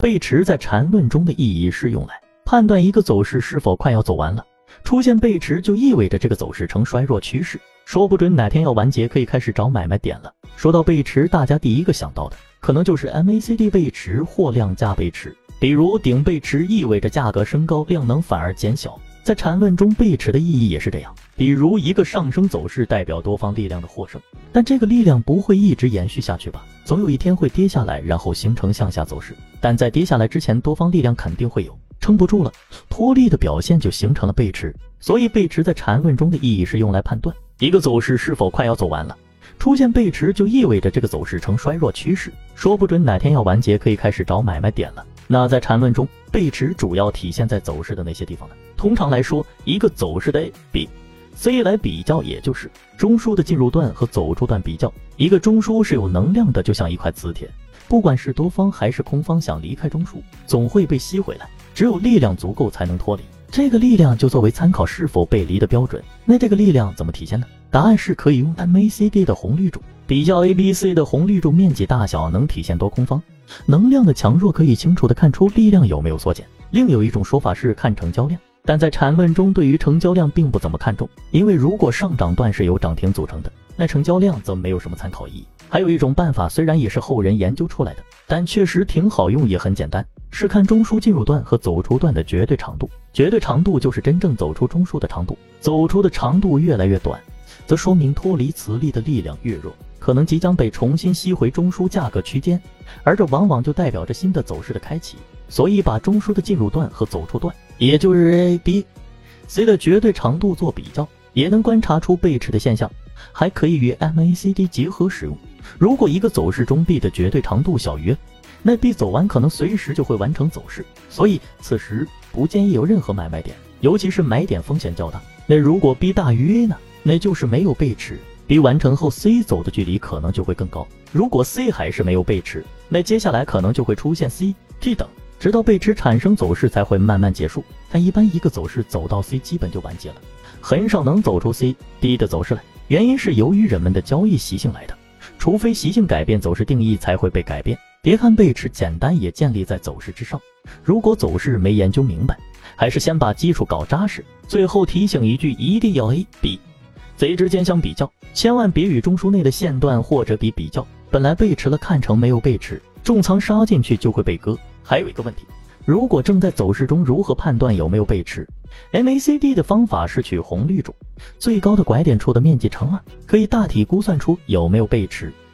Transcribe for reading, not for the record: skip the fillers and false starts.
背驰在缠论中的意义是用来判断一个走势是否快要走完了。出现背驰就意味着这个走势呈衰弱趋势，说不准哪天要完结，可以开始找买卖点了。说到背驰，大家第一个想到的可能就是 MACD 背驰或量价背驰。比如顶背驰意味着价格升高，量能反而减小。在缠论中，背驰的意义也是这样。比如一个上升走势代表多方力量的获胜，但这个力量不会一直延续下去吧？总有一天会跌下来，然后形成向下走势。但在跌下来之前，多方力量肯定会有撑不住了，脱力的表现就形成了背驰。所以背驰在缠论中的意义是用来判断一个走势是否快要走完了。出现背驰就意味着这个走势呈衰弱趋势，说不准哪天要完结，可以开始找买卖点了。那在缠论中，背驰主要体现在走势的哪些地方呢？通常来说，一个走势的 A、B、C 来比较，也就是中枢的进入段和走出段比较。一个中枢是有能量的，就像一块磁铁，不管是多方还是空方想离开中枢，总会被吸回来，只有力量足够才能脱离。这个力量就作为参考是否背离的标准。那这个力量怎么体现呢？答案是可以用 MACD 的红绿柱比较 ABC 的红绿柱面积大小，能体现多空方能量的强弱，可以清楚地看出力量有没有缩减。另有一种说法是看成交量，但在缠论中对于成交量并不怎么看重，因为如果上涨段是由涨停组成的，那成交量则没有什么参考意义。还有一种办法，虽然也是后人研究出来的，但确实挺好用，也很简单，是看中枢进入段和走出段的绝对长度。绝对长度就是真正走出中枢的长度，走出的长度越来越短，则说明脱离磁力的力量越弱，可能即将被重新吸回中枢价格区间，而这往往就代表着新的走势的开启。所以把中枢的进入段和走出段，也就是 A、B、C 的绝对长度做比较，也能观察出背驰的现象，还可以与 MACD 结合使用。如果一个走势中 B 的绝对长度小于 A， 那 B 走完可能随时就会完成走势，所以此时不建议有任何买卖点，尤其是买点风险较大。那如果 B 大于 A 呢？那就是没有背驰， B 完成后 C 走的距离可能就会更高。如果 C 还是没有背驰，那接下来可能就会出现 C、T 等，直到背驰产生走势才会慢慢结束。但一般一个走势走到 C 基本就完结了，很少能走出 C、D 的走势来。原因是由于人们的交易习性来的，除非习性改变，走势定义才会被改变。别看背驰简单，也建立在走势之上。如果走势没研究明白，还是先把基础搞扎实。最后提醒一句，一定要 A、B、C 之间相比较，千万别与中枢内的线段或者比较。本来背驰了，看成没有背驰，重仓杀进去就会被割。还有一个问题，如果正在走势中，如何判断有没有背驰？ MACD 的方法是取红绿柱最高的拐点处的面积乘2，可以大体估算出有没有背驰。